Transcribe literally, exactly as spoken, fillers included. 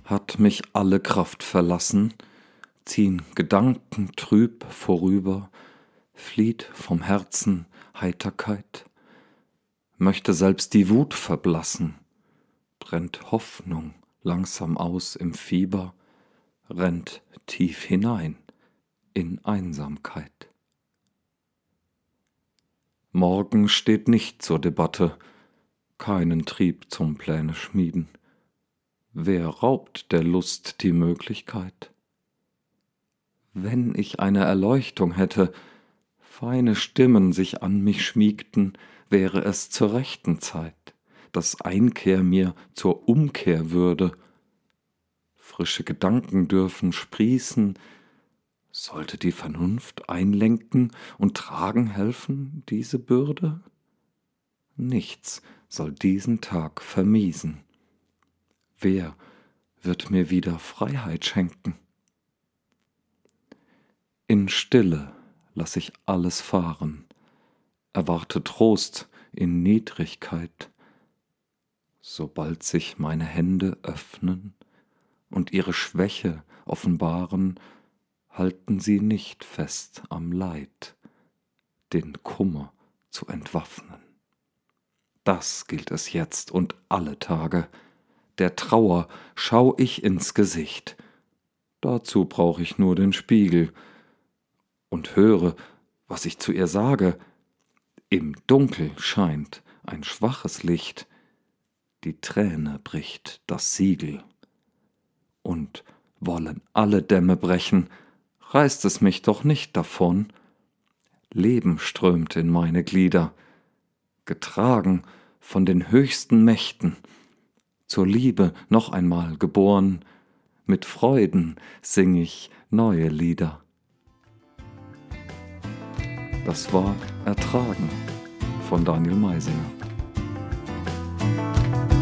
Hat mich alle Kraft verlassen, ziehn Gedanken trüb vorüber, flieht vom Herzen Heiterkeit, möchte selbst die Wut verblassen, brennt Hoffnung langsam aus im Fieber, rennt tief hinein in Einsamkeit. Morgen steht nicht zur Debatte, keinen Trieb zum Pläne schmieden. Wer raubt der Lust die Möglichkeit? Wenn ich eine Erleuchtung hätte, feine Stimmen sich an mich schmiegten, wäre es zur rechten Zeit, dass Einkehr mir zur Umkehr würde. Frische Gedanken dürfen sprießen, sollte die Vernunft einlenken und tragen helfen diese Bürde? Nichts soll diesen Tag vermiesen. Wer wird mir wieder Freiheit schenken? In Stille lass ich alles fahren, erwarte Trost in Niedrigkeit. Sobald sich meine Hände öffnen und ihre Schwäche offenbaren, halten sie nicht fest am Leid, den Kummer zu entwaffnen. Das gilt es jetzt und alle Tage, der Trauer schau ich ins Gesicht, dazu brauch ich nur den Spiegel, und höre, was ich zu ihr sage. Im Dunkel scheint ein schwaches Licht, die Träne bricht das Siegel. Und wollen alle Dämme brechen, reißt es mich doch nicht davon. Leben strömt in meine Glieder, getragen von den höchsten Mächten, zur Liebe noch einmal geboren, mit Freuden sing ich neue Lieder. Das war Ertragen von Daniel Meisinger.